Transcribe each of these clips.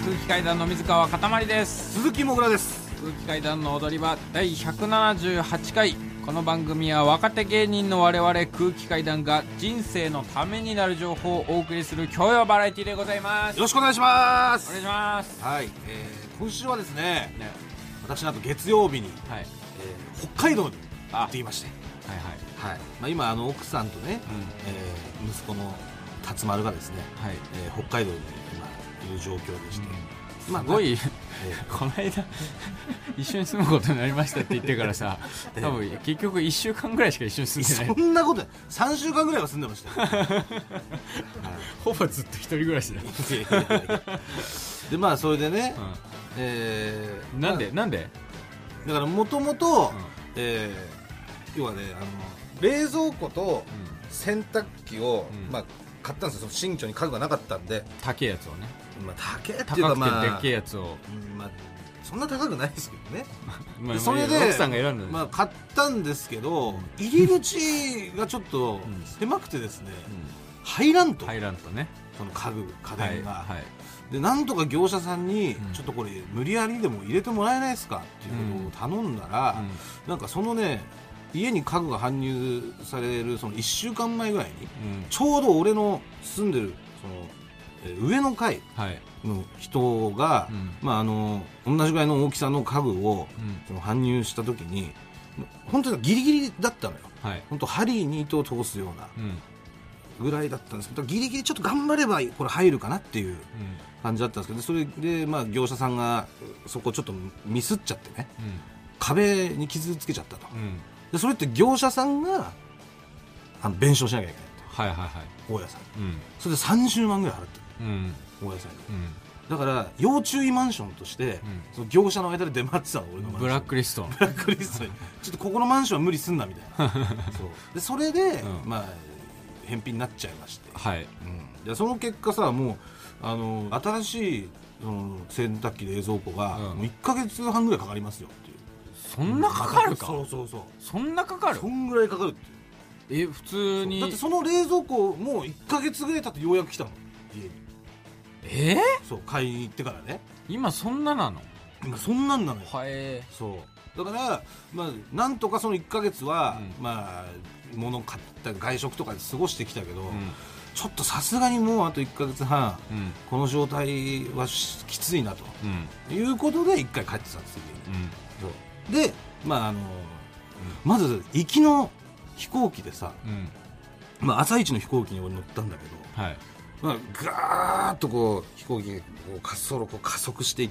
空気階段の水川かたまりです。 鈴木もぐらです。 空気階段の踊り場第178回。この番組は若手芸人の我々空気階段が人生のためになる情報をお送りする教養バラエティでございます。 よろしくお願いします。 お願いします。 はい、今週はですね、私なんと月曜日に、はい北海道に行っていまして、はい、今奥さんとね、息子の辰丸がですね、北海道に今いる状況でして、 すごい、この間一緒に住むことになりましたって言ってからさ、多分結局1週間ぐらいしか一緒に住んでない。 そんなことない、3週間ぐらいは住んでましたよほぼずっと一人暮らしだでそれでね、 なんでだからもともと要はね、冷蔵庫と洗濯機を、買ったんですよ。新居に家具がなかったんで、 高いやつをね、 高いっていうか高くてでっけえやつを、 そんな高くないですけどねそれで奥さんが選んだんです、 買ったんですけど、入り口がちょっと狭くてですね、入らんとね、 その家電が、でなんとか業者さんに、ちょっとこれ無理やりでも入れてもらえないですかっていうことを頼んだら、なんかそのね、家に家具が搬入されるその1週間前ぐらいに、ちょうど俺の住んでるその、上の階の人が、同じぐらいの大きさの家具を、その搬入した時に本当にギリギリだったのよ、本当針に糸を通すような、ぐらいだったんですけど、ギリギリちょっと頑張ればこれ入るかなっていう感じだったんですけど、それで業者さんがそこちょっとミスっちゃってね、壁に傷つけちゃったと、でそれって業者さんが弁償しなきゃいけないと、大家さん、それで30万ぐらい払ってる、大家さんに、だから要注意マンションとして、その業者の間で出回ってたの、俺のマンション、 ブラックリストにちょっとここのマンションは無理すんなみたいなそれで、返品になっちゃいまして、でその結果さ、もう新しいその洗濯機冷蔵庫がもう1ヶ月半ぐらいかかりますよっていう。 そんなかかるか。 そうそんなかかる。 そんぐらいかかるっていう。 普通にだってその冷蔵庫もう1ヶ月ぐらい経ってようやく来たの、家に。そう、買いに行ってからね。 今そんななの。 今そんなんなのよ。そうだから、なんとかその1ヶ月は、物買った外食とかで過ごしてきたけど、ちょっとさすがにもうあと1ヶ月半、この状態はきついなと、いうことで1回帰ってたんですよ、で、まず行きの飛行機でさ、朝一の飛行機に俺乗ったんだけど、ガーッとこう飛行機が滑走路を加速していって、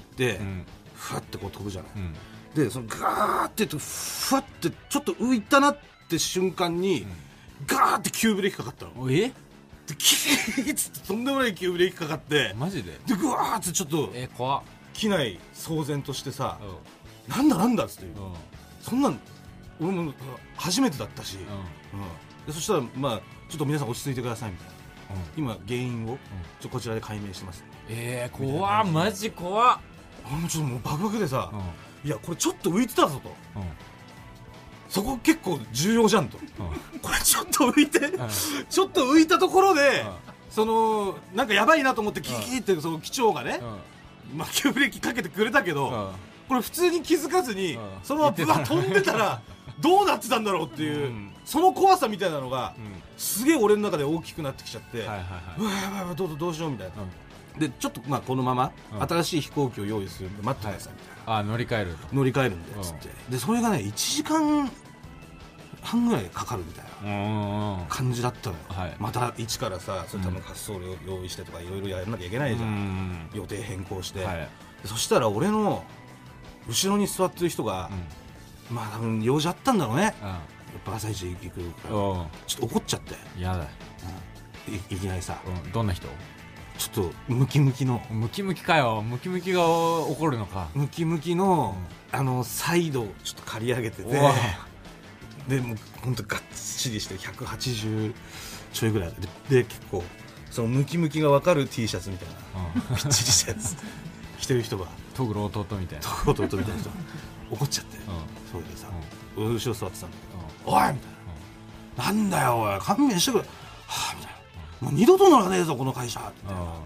ふわってこう飛ぶじゃない、でそのガーってふわってちょっと浮いたなって瞬間に、ガーって急ブレーキかかったの。でキーッつってとんでもない急ブレーキかかって、 マジでグワーってちょっと怖っ、 機内騒然としてさ、なんだっつって、そんなん俺も初めてだったし、でそしたらちょっと皆さん落ち着いてくださいみたいな、今原因をこちらで解明してます、 怖っ、マジ怖っ。 俺もちょっともうバクバクでさ、いやこれちょっと浮いてたぞと、そこ結構重要じゃんと、これちょっと浮いて、ちょっと浮いたところで、そのなんかやばいなと思ってキキってその機長がね、急ブレーキかけてくれたけど、これ普通に気づかずにそのまま飛んでたらどうなってたんだろうっていう、その怖さみたいなのがすげえ俺の中で大きくなってきちゃって、うわやばいどうしようみたいな、でちょっとこのまま新しい飛行機を用意するんで待ってくださいみたいな、乗り換えるんでつって、でそれがね1時間半ぐらいかかるみたいな感じだったのよ、また一からさ、それ多分滑走路を用意してとかいろいろやらなきゃいけないじゃん、予定変更して、そしたら俺の後ろに座ってる人が、多分用事あったんだろうね、やっぱ朝一行くからちょっと怒っちゃって、 やだ、 いきなりさ、 どんな人？ ちょっとムキムキの、 ムキムキかよ、ムキムキが怒るのか、 ムキムキの、サイドをちょっと刈り上げてて、でもう本当がっちりして180ちょいぐらいで結構そのムキムキが分かる T シャツみたいな、ぴっちりしたやつ着てる人が、 トグロ弟みたいな弟みたいな人怒っちゃって、それでさ、後ろ座ってたんだけど、おいみたいな、なんだよおい勘弁してくれ、はあみたいな、もう二度と乗らねえぞこの会社みたいな、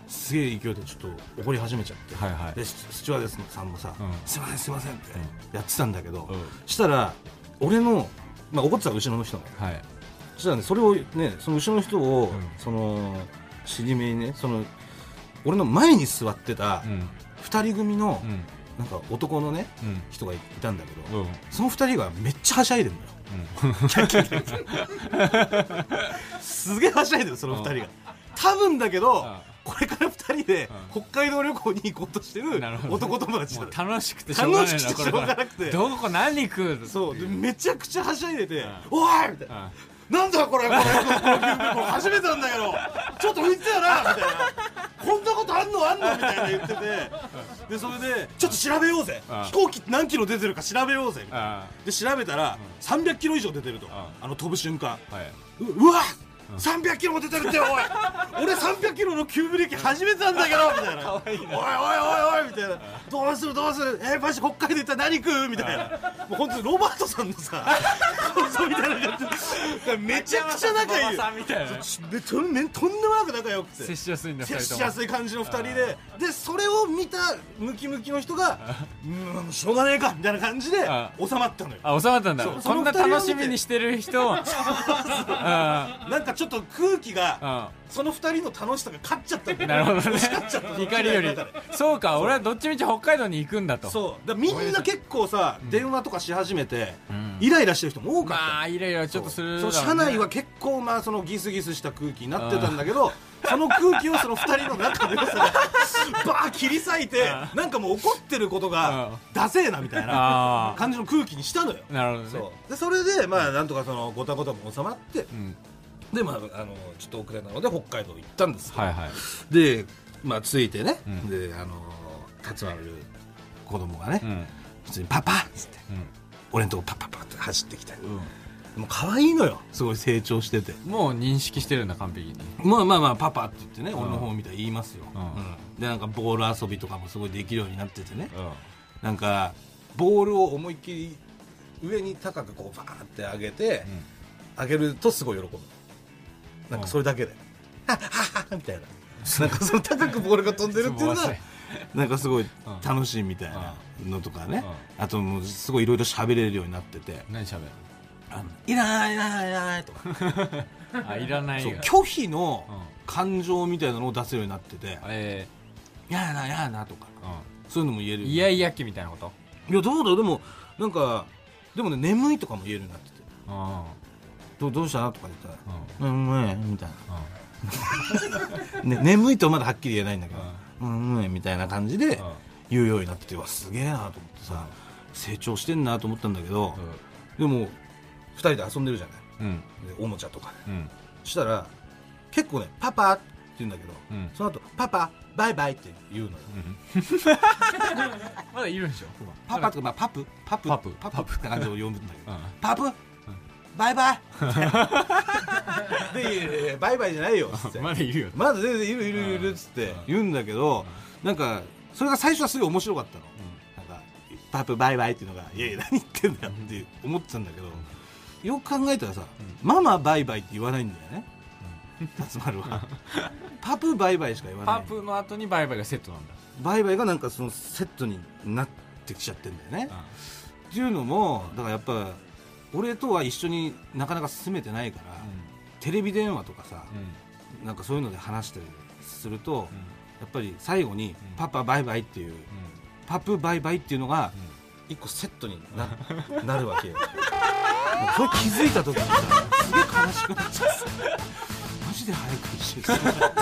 すげえ勢いでちょっと怒り始めちゃって、 はいはい、 でスチュワーデスさんもさ、すいませんすいませんってやってたんだけど、 うん、 したら俺の、まあ、怒ってた後ろの人ね、 はい、 そしたらねそれをねその後ろの人を、 うん、 その尻目にねその俺の前に座ってた2人組の、うん、なんか男のね、うん、人がいたんだけど、うん、その2人がめっちゃはしゃいでるのよ、うん、すげえはしゃいでるその2人が、多分だけど、これから2人で北海道旅行に行こうとしてる男友達だ、 もう楽しくてしょうがないな、 これからどこ何食うそうでめちゃくちゃはしゃいでて、おいみたいな、なんだこれ初めてなんだけどちょっと浮いてたよなみたいな、こんなことあんのみたいな言ってて、でそれでちょっと調べようぜ、飛行機何キロ出てるか調べようぜみたいな、で調べたら300キロ以上出てると、飛ぶ瞬間、うわっ300キロも出てるってよ、おい俺300キロの急ブレーキ初めてなんだけどみたいな、おいおいおいおいみたいな、どうするマジ北海道行ったら何食うみたいな、もう本当にロバートさんのさそうみたいな感じでめちゃくちゃ仲いいよ、とんでもなく仲良くて接しやすいんだ、 接しやすい感じの2人で、でそれを見たムキムキの人がしょうがねえかみたいな感じで収まったのよ。 収まったんだ、そんな楽しみにしてる人なんかちょっと空気がその2人の楽しさが勝っちゃったんだよ。 なるほどね、怒りよりそうか、俺はどっちみち北海道に行くんだと。 そうだ、みんな結構さ電話とかし始めてイライラしてる人も多かった。 まあイライラちょっとするだろうね。 車内は結構まあそのギスギスした空気になってたんだけど、その空気をその2人の中でさバー切り裂いて、なんかもう怒ってることがダセえなみたいな感じの空気にしたのよ。 なるほどね。 そうでそれでまあなんとかそのごたごたも収まって、でまあちょっと遅れなので北海道行ったんですけど、はいはい、でまあ着いてね、で辰丸子供がね、普通にパパっつって、俺のとこパッって走ってきて、もう可愛いのよ、すごい成長してて。 もう認識してるんだ、完璧に。 まあパパって言ってね、俺の方見たら言いますよ、でなんかボール遊びとかもすごいできるようになっててね、なんかボールを思いっきり上に高くこうバーって上げて、上げるとすごい喜ぶ。なんかそれだけではっはっはみたいな、なんかその高くボールが飛んでるっていうのはなんかすごい楽しいみたいなのとかね、あともうすごいいろいろ喋れるようになってて。 何喋る？ いらないいらないいらないとかいらないが拒否の感情みたいなのを出せるようになってて、やだなやだなとか、そういうのも言える。 イヤイヤ期みたいなこと？ いやどうだ、でもなんかでもね、眠いとかも言えるようになってて、どうしたなとか言ったら、眠いみたいな、ね、眠いとまだはっきり言えないんだけど、眠いみたいな感じで言うようになってて、わすげえなと思ってさ、成長してんなと思ったんだけど、でも2人で遊んでるじゃない、でおもちゃとかで、そしたら結構ねパパって言うんだけど、その後パパバイバイって言うのよ、 まだいるんでしょパパとか、まあ、パプって感じを呼ぶんだけど、パプバイバイでバイバイじゃないよっつって、 まだいるよ、 まだ全然いるっつって言うんだけど、なんかそれが最初はすごい面白かったの、なんかパプバイバイっていうのが、いやいや何言ってんだよって思ってたんだけど、よく考えたらさ、ママバイバイって言わないんだよね、辰丸はパプバイバイしか言わない。 パプの後にバイバイがセットなんだ。 バイバイがなんかそのセットになってきちゃってんだよね、っていうのもだからやっぱ俺とは一緒になかなか進めてないから、テレビ電話とかさ、なんかそういうので話したりすると、やっぱり最後にパパバイバイっていう、パプバイバイっていうのが一個セットに なるわけよ。それ気づいた時にさ、すげえ悲しくなっちゃってマジで早く一緒に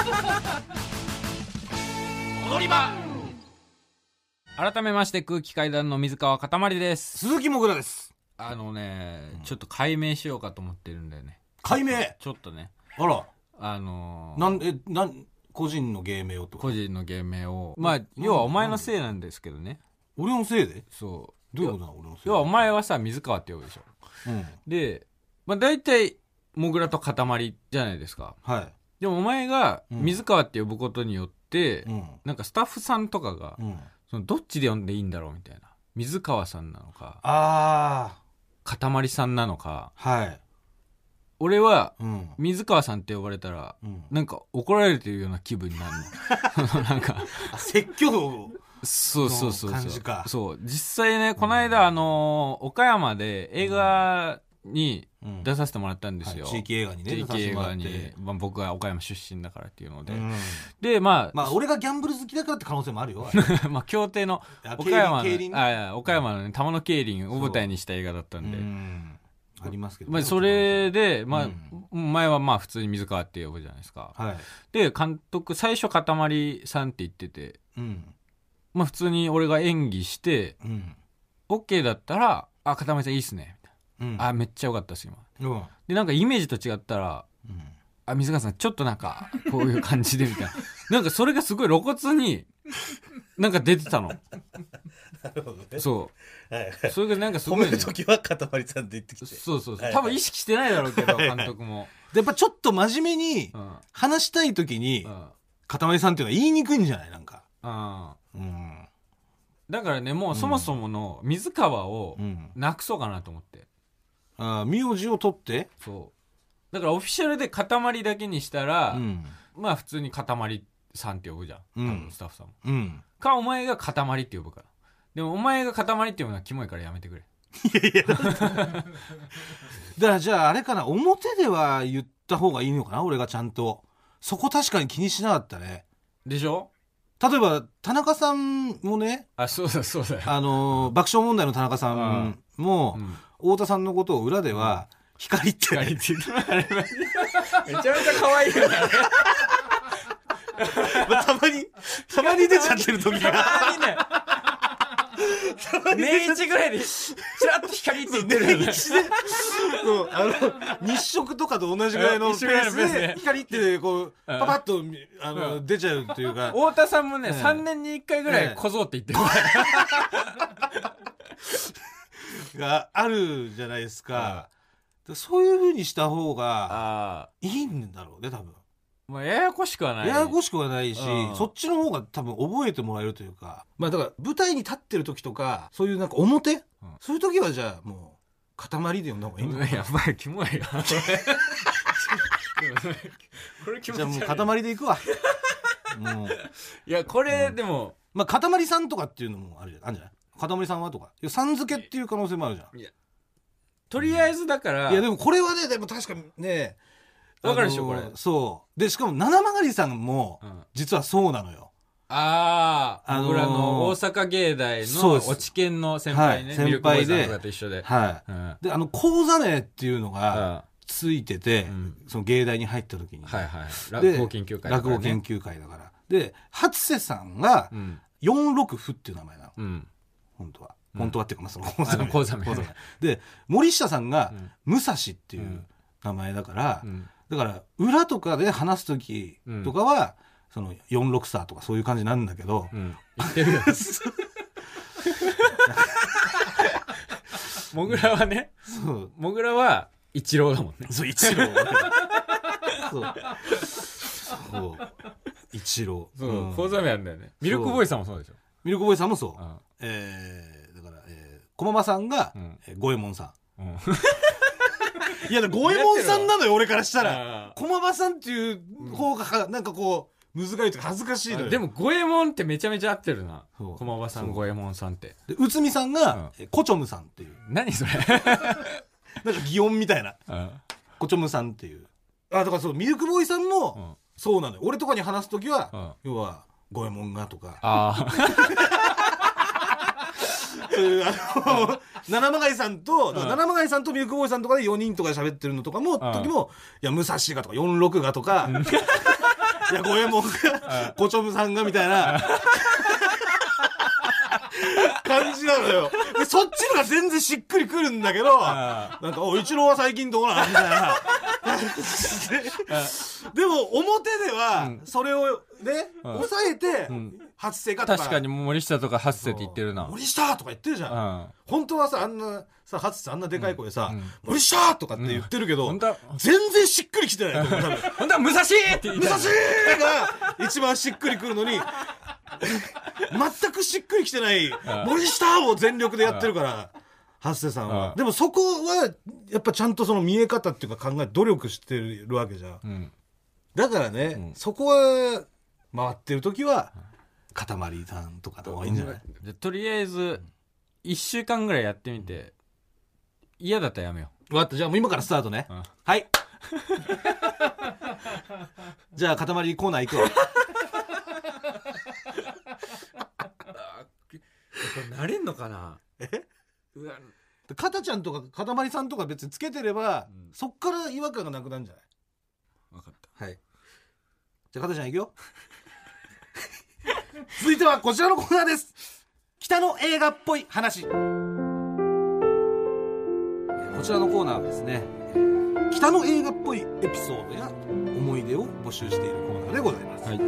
踊り場。改めまして空気階段の水川かたまりです。 鈴木もぐらです。 ちょっと解明しようかと思ってるんだよね。 解明？ ちょっとね。 あら。個人の芸名をとか。 個人の芸名を。まあ、要はお前のせいなんですけどね。 俺のせいで？ そう。 どういうことだ俺のせい？ 要はお前はさ、水川って呼ぶでしょ。で、まあ大体、もぐらとかたまりじゃないですか。 はい。 でもお前が水川って呼ぶことによって、なんかスタッフさんとかが、そのどっちで呼んでいいんだろうみたいな。水川さんなのか。かたまりさんなのか、 俺はうん水川さんって呼ばれたら、 うんなんか怒られてるような気分になるのなんか説教そうそうそう感じかそう実際ねこの間岡山で映画に出させてもらったんですよ、 はい、地域映画にね地域映画に出させてもらって、 まあ、僕は岡山出身だからっていうので、 うんでまあ俺がギャンブル好きだからって可能性もあるよまあ競艇の岡山の、ね、玉野競輪を舞台にした映画だったんで、 ありますけど、 まあ、それで、まあ前はまあ普通に水川って呼ぶじゃないですか、 はい、 で監督最初かたまりさんって言ってて、まあ普通に俺が演技して、OK だったら「かたまりさんいいっすね」みたいな、めっちゃ良かったっす今、でなんかイメージと違ったら「水川さんちょっとなんかこういう感じで」みたいななんかそれがすごい露骨になんか出てたのなるほどねそう、はいはい、それがなんかすごい、ね、 褒めるときはかたまりさんって言ってきてそうそうそう、はいはい、多分意識してないだろうけど監督もやっぱちょっと真面目に話したいときにかたまりさんっていうのは言いにくいんじゃないなんかだからねもうそもそもの水川をなくそうかなと思って、 名字を取ってそうだからオフィシャルで塊だけにしたら、まあ普通に塊さんって呼ぶじゃん、多分スタッフさんも、かお前が塊って呼ぶからでもお前が塊って呼ぶのはキモいからやめてくれいやいやだからじゃああれかな表では言った方がいいのかな俺がちゃんとそこ確かに気にしなかったねでしょ例えば田中さんもねそうだそうだよ爆笑問題の田中さんも、太田さんのことを裏では、光って言ってめちゃめちゃ可愛いよねたまに出ちゃってる時がたまにね年一ぐらいでチラッと光って言ってるよね日食とかと同じぐらいのペースで光ってこうパパッと出ちゃうというか太田さんもね3年に1回ぐらい小僧って言ってるがあるじゃないですかそういう風にした方がいいんだろうね多分まあ、ややこしくはないややこしくはないし、そっちの方が多分覚えてもらえるというかまあだから舞台に立ってる時とかそういうなんか表、そういう時はじゃあもう塊で呼んだ方がいいんだよやばいキモいよこれ気持ち悪いじゃあもう塊でいくわもういやこれ、でもまあ塊さんとかっていうのもあるじゃない塊さんはとかさん付けっていう可能性もあるじゃん。いやとりあえずだから、 いやでもこれはねでも確かにねわかるでしょこれそうでしかも七曲さんも実はそうなのよ、 僕らの大阪芸大の落ち研の先輩ね、 先輩でミルクボーイさんとかと一緒で、 で講座名っていうのがついてて、その芸大に入った時に、 落語研究会だから、 落語研究会だからで初瀬さんが46歩っていう名前なの、本当はっていうかまあその講座名で森下さんが武蔵っていう名前だから、だから裏とかで話す時とかは、その46さとかそういう感じなんだけど、 言ってるよもぐらはねもぐらは一郎だもんねそう一郎そう一郎講座名あるんだよね。ミルクボーイさんもそうでしょ。 ミルクボーイさんもそう、だから駒場さんが五右衛門さん、いや五右衛門さんなのよ俺からしたら駒場さんっていう方がなんかこう難しいというか恥ずかしいのよ。 でも五右衛門ってめちゃめちゃ合ってるな駒場さん五右衛門さんってで内海さんがコチョムさんっていう何それなんか擬音みたいなコチョムさんっていうだからそうミルクボーイさんもそうなのよ。俺とかに話すときは要は五右衛門がとか七曲さんと七曲さんとミルクボーイさんとかで4人とかで喋ってるのとかも時もいや武蔵がとか46がとかいや五右衛門がコチョムさんがみたいな感じなのよ。でそっちのが全然しっくりくるんだけどなんかイチローは最近どうなのみたいなでも表ではそれをね抑えて初瀬かとか確かに森下とか初瀬って言ってるな。 森下とか言ってるじゃん、本当はさあんなさ初瀬あんなでかい声さ、森下とかって言ってるけど、全然しっくりきてないと思う。 本当は武蔵って言って武蔵が一番しっくりくるのに全くしっくりきてない森下を全力でやってるから、 ハッセさんは。でもそこはやっぱちゃんとその見え方っていうか考え努力してるわけじゃん、うん、だからね、うん、そこは回ってる時はかたまりさんとかの方がいいんじゃない？ じゃとりあえず1週間ぐらいやってみて嫌だったらやめよう。分かった。じゃあもう今からスタートね、うん、はいじゃあかたまりコーナー行くわこれ慣れんのかな。 うわ、かたちゃんとかかたまりさんとか別につけてれば、うん、そっから違和感がなくなるんじゃない？ 分かった。 はい。じゃあかたちゃんいくよ続いてはこちらのコーナーです。北の映画っぽい話。こちらのコーナーはですね、北の映画っぽいエピソードや思い出を募集しているコーナーでございます。はい、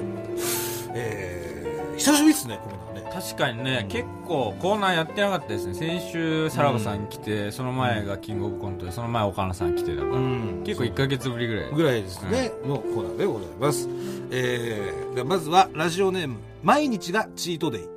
はい、久しぶりですね、コーナーね。 確かにね、うん、結構コーナーやってなかったですね。先週さらばさん来て、その前がキングオブコントで、その前岡野さん来てだから、結構1ヶ月ぶりぐらいですね、のコーナーでございます。ではまずはラジオネーム毎日がチートデイ。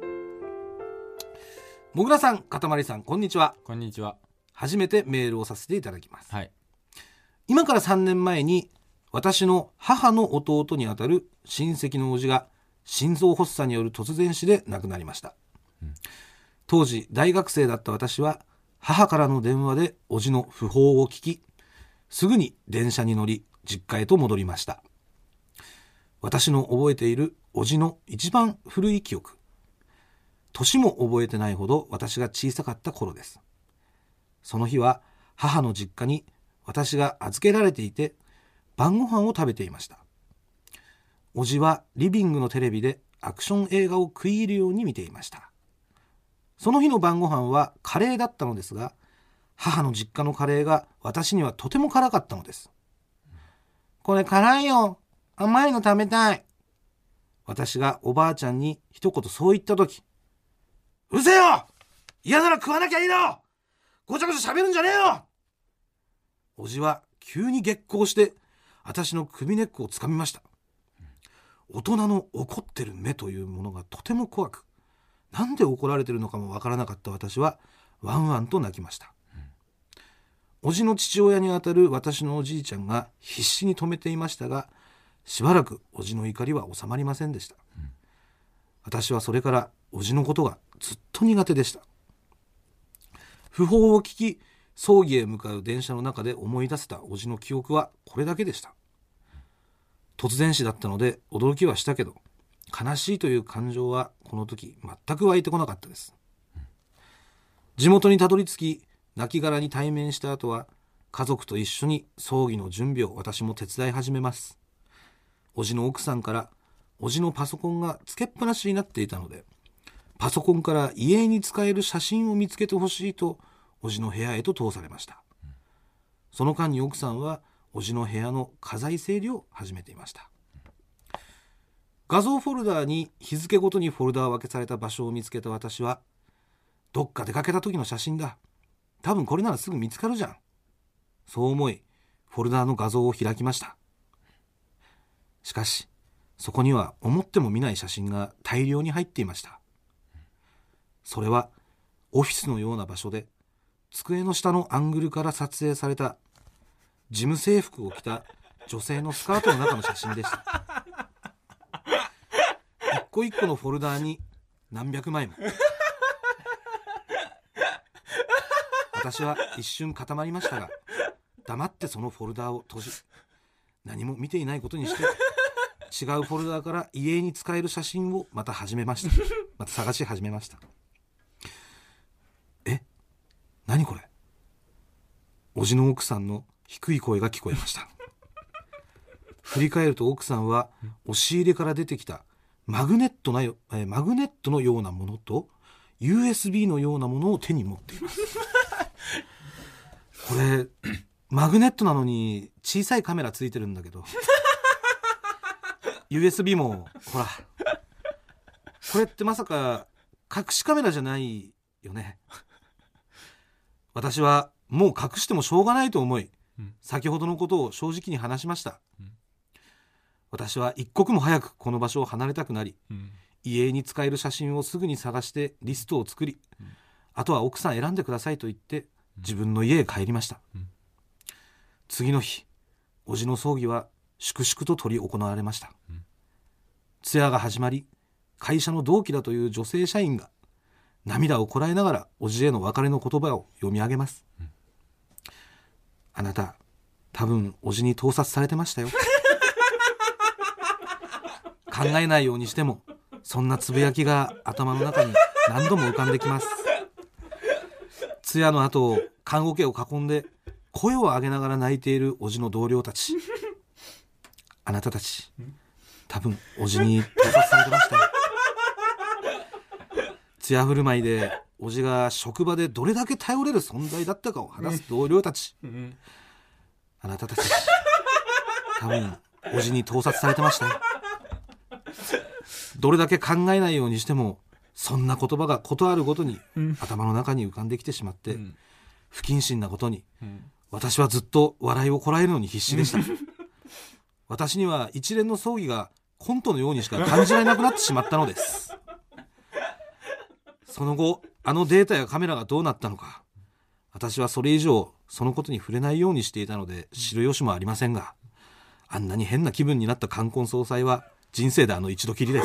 もぐらさん、かたまりさん、こんにちは。 こんにちは。 初めてメールをさせていただきます。 はい。 今から3年前に私の母の弟にあたる親戚の叔父が心臓発作による突然死で亡くなりました、うん、当時大学生だった私は母からの電話で叔父の訃報を聞き、すぐに電車に乗り実家へと戻りました。私の覚えている叔父の一番古い記憶、年も覚えてないほど私が小さかった頃です。その日は母の実家に私が預けられていて、晩ご飯を食べていました。叔父はリビングのテレビでアクション映画を食い入るように見ていました。その日の晩ご飯はカレーだったのですが、母の実家のカレーが私にはとても辛かったのです。これ辛いよ、甘いの食べたい。私がおばあちゃんに一言そう言ったとき、うるせえよ、嫌なら食わなきゃいいの、ごちゃごちゃ喋るんじゃねえよ。叔父は急に激高して私の首根っこをつかみました。大人の怒ってる目というものがとても怖く、なんで怒られてるのかもわからなかった私はワンワンと泣きました。叔父の父親にあたる私のおじいちゃんが必死に止めていましたが、しばらく叔父の怒りは収まりませんでした。私はそれから叔父のことがずっと苦手でした。訃報を聞き、葬儀へ向かう電車の中で思い出せた叔父の記憶はこれだけでした。突然死だったので驚きはしたけど、悲しいという感情はこの時全く湧いてこなかったです。地元にたどり着き、亡骸に対面した後は家族と一緒に葬儀の準備を私も手伝い始めます。叔父の奥さんから叔父のパソコンがつけっぱなしになっていたので、パソコンから遺影に使える写真を見つけてほしいと叔父の部屋へと通されました。その間に奥さんは叔父の部屋の家財整理を始めていました。画像フォルダーに日付ごとにフォルダー分けされた場所を見つけた私は、どっか出かけた時の写真だ、多分これならすぐ見つかるじゃん、そう思いフォルダーの画像を開きました。しかしそこには思っても見ない写真が大量に入っていました。それはオフィスのような場所で机の下のアングルから撮影された事務制服を着た女性のスカートの中の写真でした。一個一個のフォルダーに何百枚も。私は一瞬固まりましたが、黙ってそのフォルダーを閉じ、何も見ていないことにして、違うフォルダーから遺影に使える写真をまた探し始めました。何これ。叔父の奥さんの低い声が聞こえました。振り返ると奥さんは押し入れから出てきたマグネットのようなものと USB のようなものを手に持っています。これマグネットなのに小さいカメラついてるんだけど、USB もほら、これってまさか隠しカメラじゃないよね。私はもう隠してもしょうがないと思い、先ほどのことを正直に話しました。私は一刻も早くこの場所を離れたくなり、遺影に使える写真をすぐに探してリストを作り、 あとは奥さん選んでくださいと言って自分の家へ帰りました、次の日おじの葬儀は粛々と執り行われました、通夜が始まり、会社の同期だという女性社員が涙をこらえながらおじへの別れの言葉を読み上げます、あなた多分おじに盗撮されてましたよ考えないようにしてもそんなつぶやきが頭の中に何度も浮かんできます。通夜の後、看護家を囲んで声を上げながら泣いているおじの同僚たち、あなたたち多分おじに盗撮されてましたよ。通夜振る舞いでおじが職場でどれだけ頼れる存在だったかを話す同僚たち、あなたたち多分おじに盗撮されてましたよ。どれだけ考えないようにしてもそんな言葉がことあるごとに頭の中に浮かんできてしまって、不謹慎なことに、私はずっと笑いをこらえるのに必死でした。私には一連の葬儀がコントのようにしか感じられなくなってしまったのです。その後あのデータやカメラがどうなったのか、私はそれ以上そのことに触れないようにしていたので知る由もありませんが、あんなに変な気分になった冠婚葬祭は人生で一度きりです。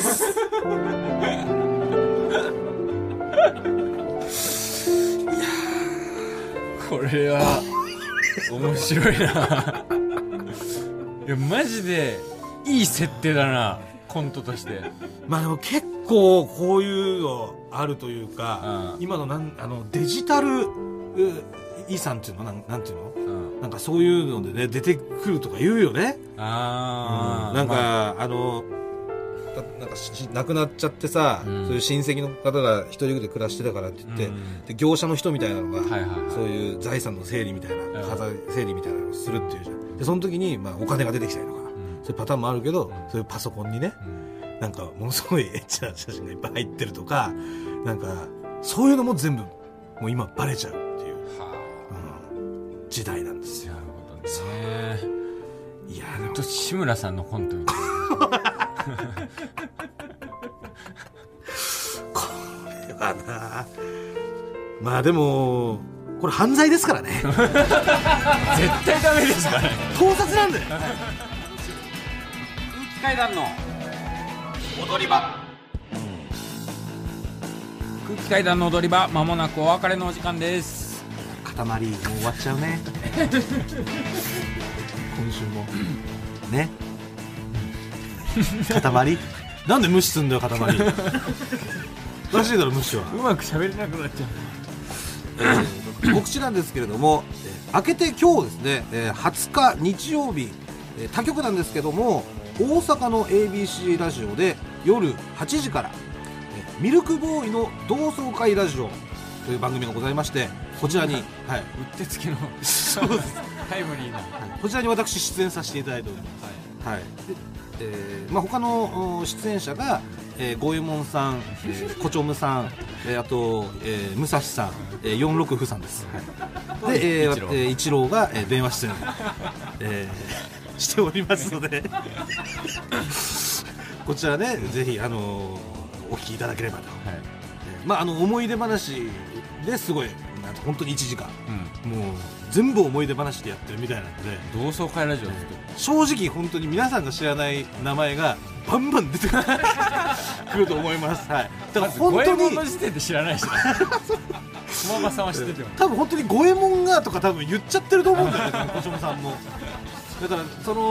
これは面白いな。いやマジでいい設定だな、コントとして。 まあでも結構こういうのあるというか、今のデジタル遺産っていうのなんていうの、なんかそういうのでね出てくるとか言うよね。なんか、なんか亡くなっちゃってさ、そういう親戚の方が一人で暮らしてたからって言って、で業者の人みたいなのが、そういう財産の整理みたいな、家財整理みたいなのをするっていうじゃん。でその時に、お金が出てきたりとか、そういうパターンもあるけど、そういうパソコンにね、なんかものすごいエッチな写真がいっぱい入ってるとか、なんかそういうのも全部もう今バレちゃうっていう、時代なんですよ。 なるほどね。 いやほんと志村さんのコントみたいな。 これはな、まあでもこれ犯罪ですからね。 絶対ダメですからね。 盗撮なんだよ。 空気階段の踊り場。空気階段の踊り場、まもなくお別れのお時間です。 塊もう終わっちゃうね。今週もね。塊なんで無視すんだよ、塊。おかしいだろ、無視は。 うまく喋れなくなっちゃう。告知なんですけれども、明けて今日ですね、20日日曜日、他局なんですけども、大阪の ABC ラジオで夜8時から、ミルクボーイの同窓会ラジオという番組がございまして、こちらに、うってつけのそうですタイムリーな、 こちらに私出演させていただいております。で他の出演者が、五右衛門さん、コチョムさん、あと、武蔵さん、46夫さんです。で、一郎が、電話出演、しておりますのでこちらね、ぜひお聞きいただければと、思い出話ですごい本当に1時間、もう全部思い出話でやってるみたいなので、 同窓会ラジオです正直本当に皆さんが知らない名前がバンバン出てくると思います。だから本当に五右衛門の時点で知らないし、駒場さんは知ってても多分本当に五右衛門がとか多分言っちゃってると思うんだよね、小島さんも。だから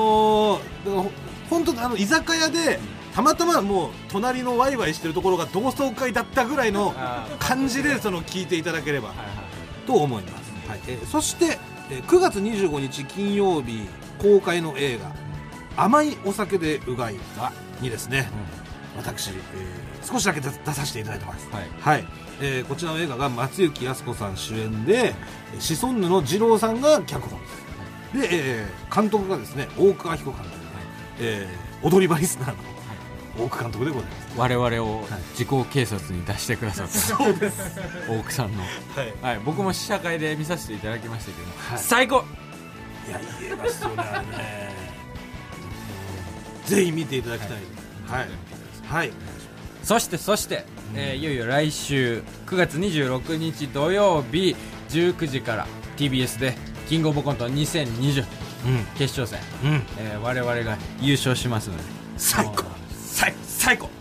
本当に居酒屋でたまたまもう隣のワイワイしてるところが同窓会だったぐらいの感じで聞いていただければと思います。そして9月25日金曜日公開の映画甘いお酒でうがいにですね、私、少しだけ出させていただいてます。こちらの映画が松雪泰子さん主演で、シソンヌの二郎さんが脚本です。で、監督がですね大倉彦監督で、踊り場リスナーの大久監督でございます。 我々を時効警察に出してくださったそうです大久さんの、僕も試写会で見させていただきましたけど、最高。 いや、言えますよね、あれね。ぜひ見ていただきたい。そして、 いよいよ来週9月26日土曜日19時から TBS でキングオブコント2020、決勝戦、我々が優勝しますので最高最高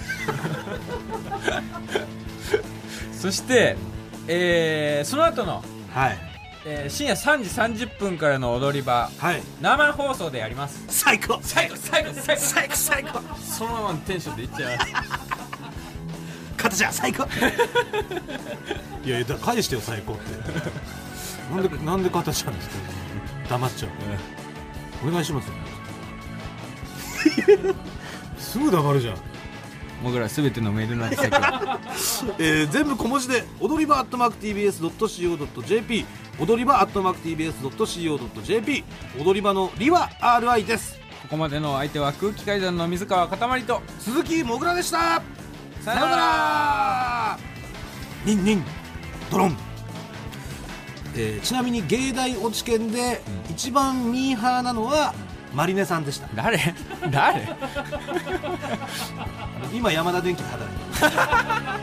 そして、その後の、深夜3時30分からの踊り場、生放送でやります。 最高そのままのテンションでいっちゃう肩じゃ最高いやだから返してよ最高ってなんで肩じゃんですか黙っちゃう、お願いしますよすぐ黙るじゃん。 僕らすべてのメールの先は全部小文字で踊り場 @tbs.co.jp 踊り場 @tbs.co.jp 踊り場のりは RI です。 ここまでの相手は空気階段の水川かたまりと鈴木もぐらでした。さよなら。ニンニンドロン。ちなみに芸大落ち研で一番ミーハーなのはマリネさんでした。 誰今山田電機で働いてます